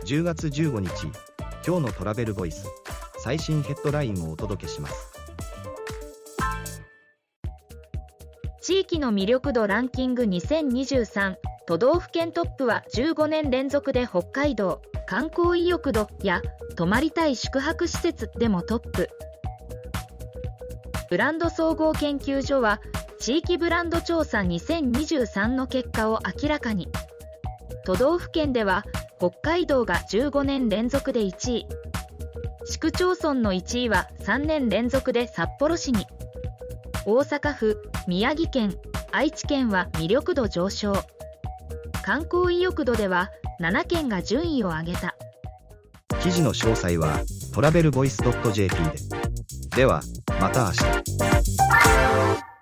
10月15日、今日のトラベルボイス、最新ヘッドラインをお届けします。 地域の魅力度ランキング2023、都道府県トップは15年連続で北海道。観光意欲度や泊まりたい宿泊施設でもトップ。ブランド総合研究所は地域ブランド調査2023の結果を明らかに。都道府県では北海道が15年連続で1位。市区町村の1位は3年連続で札幌市に。大阪府、宮城県、愛知県は魅力度上昇。観光意欲度では7県が順位を上げた。 記事の詳細はトラベルボイス .jp で。では、また明日。